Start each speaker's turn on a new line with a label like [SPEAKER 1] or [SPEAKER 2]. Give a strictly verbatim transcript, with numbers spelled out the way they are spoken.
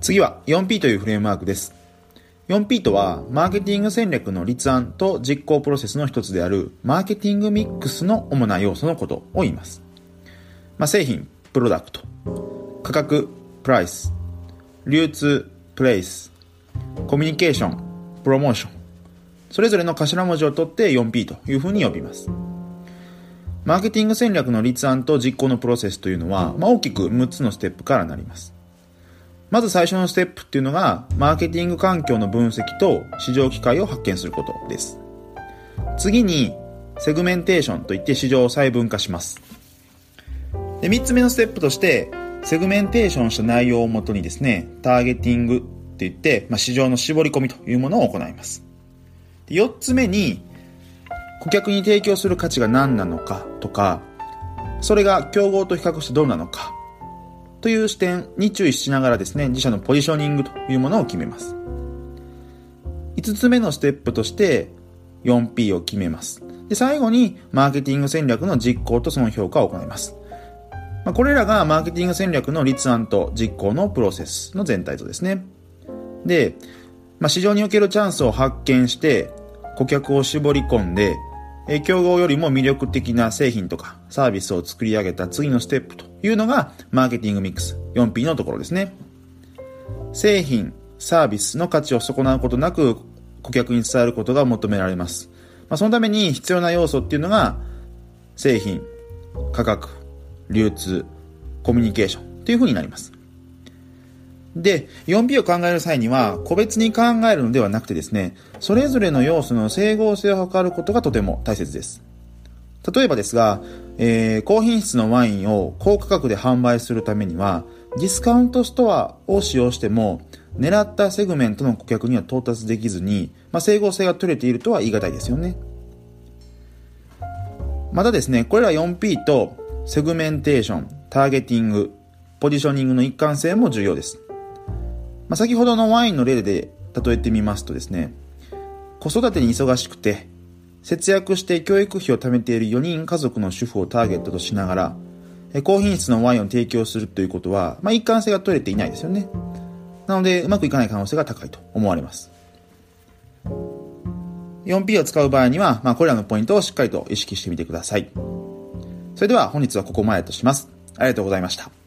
[SPEAKER 1] 次は フォーピー というフレームワークです。フォーピー とはマーケティング戦略の立案と実行プロセスの一つであるマーケティングミックスの主な要素のことを言います。まあ、製品、プロダクト、価格、プライス、流通、プレイス、コミュニケーション、プロモーション、それぞれの頭文字を取って フォーピー というふうに呼びます。マーケティング戦略の立案と実行のプロセスというのは、まあ、大きくむっつのステップからなります。まず最初のステップっていうのが、マーケティング環境の分析と市場機会を発見することです。次に、セグメンテーションといって市場を細分化します。で、みっつめのステップとして、セグメンテーションした内容をもとにですね、ターゲティングっていって、まあ、市場の絞り込みというものを行います。で、よっつめに、顧客に提供する価値が何なのかとか、それが競合と比較してどうなのか、という視点に注意しながらですね、自社のポジショニングというものを決めます。いつつめのステップとして フォーピー を決めます。で、最後にマーケティング戦略の実行とその評価を行います。まあ、これらがマーケティング戦略の立案と実行のプロセスの全体像ですね。で、まあ、市場におけるチャンスを発見して顧客を絞り込んで、え競合よりも魅力的な製品とかサービスを作り上げた次のステップというのがマーケティングミックス フォーピー のところですね。製品、サービスの価値を損なうことなく顧客に伝えることが求められます。まあ、そのために必要な要素っていうのが製品、価格、流通、コミュニケーションというふうになります。で、フォーピー を考える際には個別に考えるのではなくてですね、それぞれの要素の整合性を図ることがとても大切です。例えばですが、えー、高品質のワインを高価格で販売するためにはディスカウントストアを使用しても狙ったセグメントの顧客には到達できずに、まあ、整合性が取れているとは言い難いですよね。またですね、これら フォーピー とセグメンテーション、ターゲティング、ポジショニングの一貫性も重要です。まあ、先ほどのワインの例で例えてみますとですね、子育てに忙しくて節約して教育費を貯めているよにん家族の主婦をターゲットとしながら高品質のワインを提供するということは、まあ、一貫性が取れていないですよね。なのでうまくいかない可能性が高いと思われます。 フォーピー を使う場合には、まあ、これらのポイントをしっかりと意識してみてください。それでは本日はここまでとします。ありがとうございました。